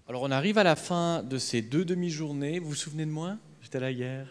Alors, on arrive à la fin de ces 2 demi-journées. Vous vous souvenez de moi? J'étais là hier.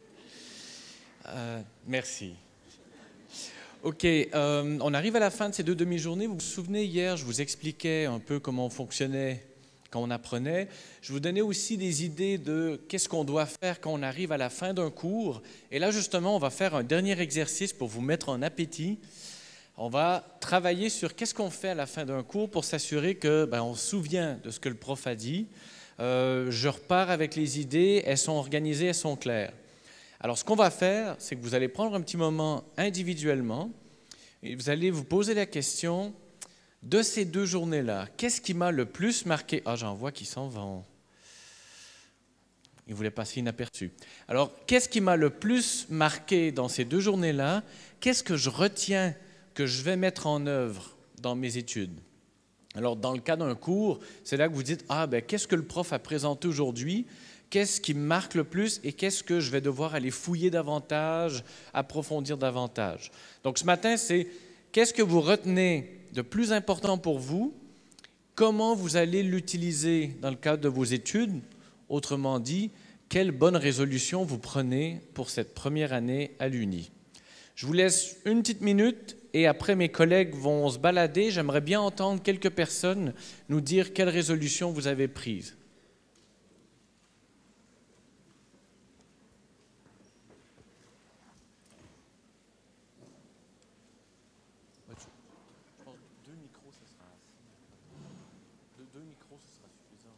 Merci. OK, on arrive à la fin de ces 2 demi-journées. Vous vous souvenez, hier, je vous expliquais un peu comment on fonctionnait quand on apprenait. Je vous donnais aussi des idées de qu'est-ce qu'on doit faire quand on arrive à la fin d'un cours. Et là, justement, on va faire un dernier exercice pour vous mettre en appétit. On va travailler sur qu'est-ce qu'on fait à la fin d'un cours pour s'assurer que on se souvient de ce que le prof a dit. Je repars avec les idées, elles sont organisées, elles sont claires. Alors, ce qu'on va faire, c'est que vous allez prendre un petit moment individuellement et vous allez vous poser la question de ces 2 journées-là. Qu'est-ce qui m'a le plus marqué? Ah, j'en vois qui s'en vont. Ils voulaient passer inaperçus. Alors, qu'est-ce qui m'a le plus marqué dans ces 2 journées-là? Qu'est-ce que je retiens que je vais mettre en œuvre dans mes études? Alors, dans le cas d'un cours, c'est là que vous dites, qu'est-ce que le prof a présenté aujourd'hui? Qu'est-ce qui me marque le plus et qu'est-ce que je vais devoir aller fouiller davantage, approfondir davantage? Donc, ce matin, c'est qu'est-ce que vous retenez de plus important pour vous? Comment vous allez l'utiliser dans le cadre de vos études? Autrement dit, quelle bonne résolution vous prenez pour cette première année à l'Uni? Je vous laisse une petite minute et après mes collègues vont se balader. J'aimerais bien entendre quelques personnes nous dire quelle résolution vous avez prise. Je pense que 2 micros, ce sera assez. 2 micros, ce sera suffisant.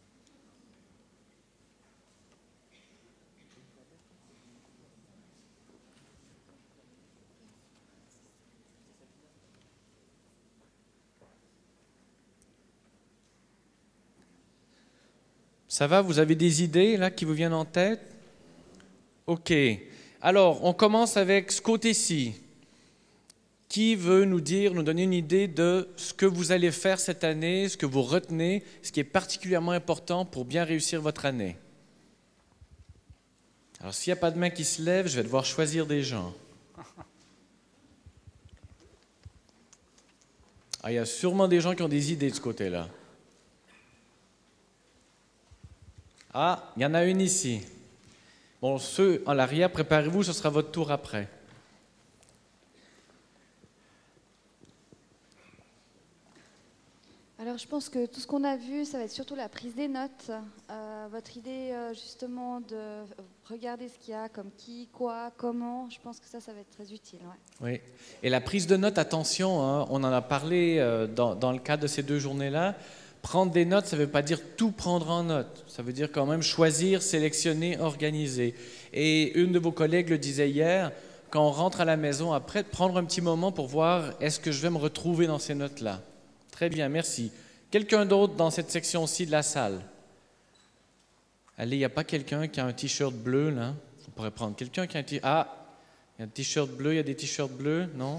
Ça va, vous avez des idées là qui vous viennent en tête? OK. Alors, on commence avec ce côté-ci. Qui veut nous donner une idée de ce que vous allez faire cette année, ce que vous retenez, ce qui est particulièrement important pour bien réussir votre année? Alors, s'il n'y a pas de main qui se lève, je vais devoir choisir des gens. Il y a sûrement des gens qui ont des idées de ce côté-là. Il y en a une ici. Bon, ceux en l'arrière, préparez-vous, ce sera votre tour après. Alors, je pense que tout ce qu'on a vu, ça va être surtout la prise des notes. Votre idée, justement, de regarder ce qu'il y a comme qui, quoi, comment, je pense que ça va être très utile. Ouais. Oui. Et la prise de notes, attention, on en a parlé dans le cadre de ces 2 journées-là. Prendre des notes, ça ne veut pas dire tout prendre en note. Ça veut dire quand même choisir, sélectionner, organiser. Et une de vos collègues le disait hier, quand on rentre à la maison après, de prendre un petit moment pour voir est-ce que je vais me retrouver dans ces notes-là. Très bien, merci. Quelqu'un d'autre dans cette section-ci de la salle? Allez, il n'y a pas quelqu'un qui a un T-shirt bleu, là? On pourrait prendre quelqu'un qui a un T-shirt... il y a un T-shirt bleu, il y a des T-shirts bleus, non?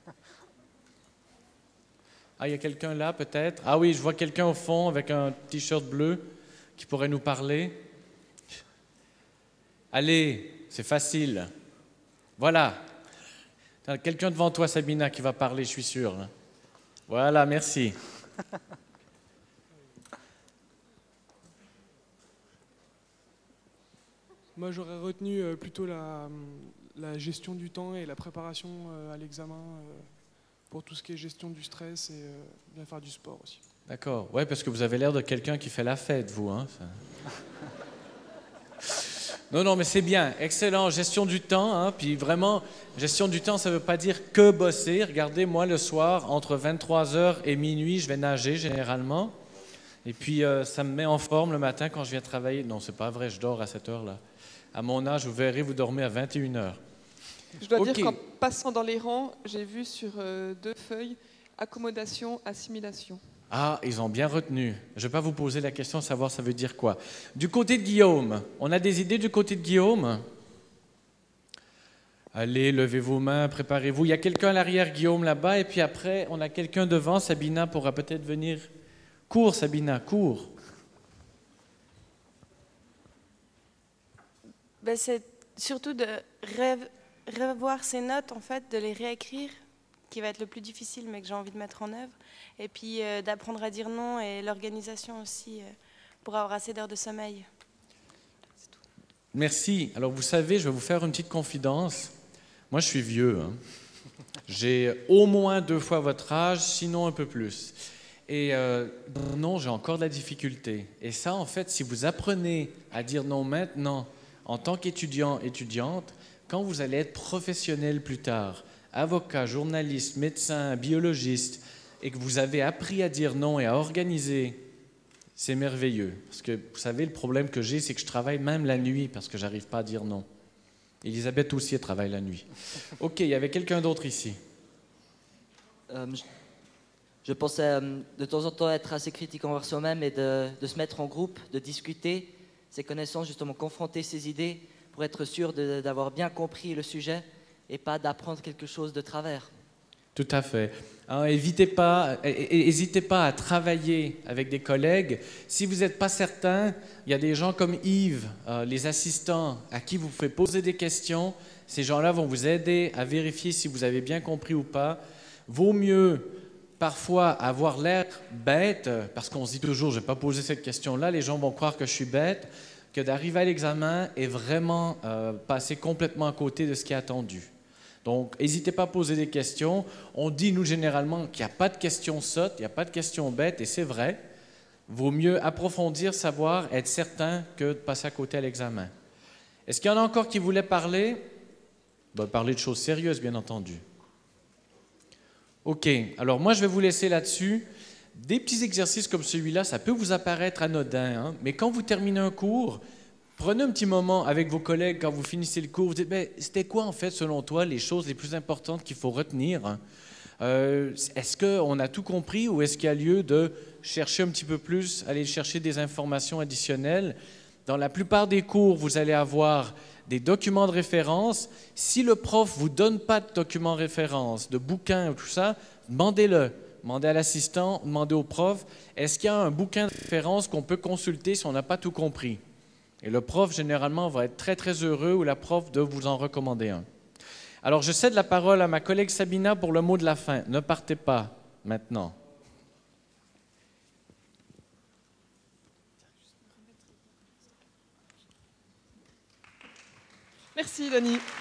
Il y a quelqu'un là, peut-être? Oui, je vois quelqu'un au fond avec un T-shirt bleu qui pourrait nous parler. Allez, c'est facile. Voilà. Quelqu'un devant toi, Sabina, qui va parler, je suis sûr. Là. Voilà, merci. Moi, j'aurais retenu plutôt la gestion du temps et la préparation à l'examen pour tout ce qui est gestion du stress et bien faire du sport aussi. D'accord. Oui, parce que vous avez l'air de quelqu'un qui fait la fête, vous. Hein, Non, mais c'est bien. Excellent. Gestion du temps. Hein, puis vraiment, gestion du temps, ça ne veut pas dire que bosser. Regardez, moi, le soir, entre 23h et minuit, je vais nager généralement. Et puis, ça me met en forme le matin quand je viens travailler. Non, c'est pas vrai, je dors à cette heure-là. À mon âge, vous verrez, vous dormez à 21h. Je dois dire qu'en passant dans les rangs, j'ai vu sur 2 feuilles accommodation, assimilation. Ils ont bien retenu. Je ne vais pas vous poser la question de savoir ça veut dire quoi. Du côté de Guillaume, on a des idées du côté de Guillaume? Allez, levez vos mains, préparez-vous. Il y a quelqu'un à l'arrière, Guillaume, là-bas, et puis après, on a quelqu'un devant. Sabina pourra peut-être venir. Cours, Sabina, cours. C'est surtout de revoir ces notes, en fait, de les réécrire, qui va être le plus difficile, mais que j'ai envie de mettre en œuvre. Et puis d'apprendre à dire non et l'organisation aussi pour avoir assez d'heures de sommeil. Merci. Alors, vous savez, je vais vous faire une petite confidence. Moi, je suis vieux. Hein. J'ai au moins 2 fois votre âge, sinon un peu plus. Et non, j'ai encore de la difficulté. Et ça, en fait, si vous apprenez à dire non maintenant, en tant qu'étudiant, étudiante, quand vous allez être professionnel plus tard, avocat, journaliste, médecin, biologiste, et que vous avez appris à dire non et à organiser, c'est merveilleux. Parce que, vous savez, le problème que j'ai, c'est que je travaille même la nuit parce que je n'arrive pas à dire non. Elisabeth aussi, elle travaille la nuit. OK, il y avait quelqu'un d'autre ici. Je pensais de temps en temps être assez critique envers soi-même et de se mettre en groupe, de discuter ses connaissances, justement confronter ses idées pour être sûr d'avoir bien compris le sujet et pas d'apprendre quelque chose de travers. Tout à fait. N'hésitez pas à travailler avec des collègues. Si vous n'êtes pas certain, il y a des gens comme Yves, les assistants, à qui vous pouvez poser des questions. Ces gens-là vont vous aider à vérifier si vous avez bien compris ou pas. Vaut mieux parfois avoir l'air bête, parce qu'on se dit toujours, je ne vais pas poser cette question-là, les gens vont croire que je suis bête, que d'arriver à l'examen et vraiment passer complètement à côté de ce qui est attendu. Donc, n'hésitez pas à poser des questions. On dit, nous, généralement, qu'il n'y a pas de questions sottes, il n'y a pas de questions bêtes, et c'est vrai. Vaut mieux approfondir, savoir, être certain que de passer à côté à l'examen. Est-ce qu'il y en a encore qui voulaient parler? Parler de choses sérieuses, bien entendu. OK. Alors, moi, je vais vous laisser là-dessus. Des petits exercices comme celui-là, ça peut vous apparaître anodin, hein, mais quand vous terminez un cours, prenez un petit moment avec vos collègues quand vous finissez le cours. Vous dites, c'était quoi, en fait, selon toi, les choses les plus importantes qu'il faut retenir? Est-ce qu'on a tout compris ou est-ce qu'il y a lieu de chercher un petit peu plus, aller chercher des informations additionnelles? Dans la plupart des cours, vous allez avoir des documents de référence. Si le prof ne vous donne pas de documents de référence, de bouquins ou tout ça, demandez-le. Demandez à l'assistant, demandez au prof, est-ce qu'il y a un bouquin de référence qu'on peut consulter si on n'a pas tout compris? Et le prof, généralement, va être très, très heureux, ou la prof, de vous en recommander un. Alors, je cède la parole à ma collègue Sabina pour le mot de la fin. Ne partez pas maintenant. Merci, Denis.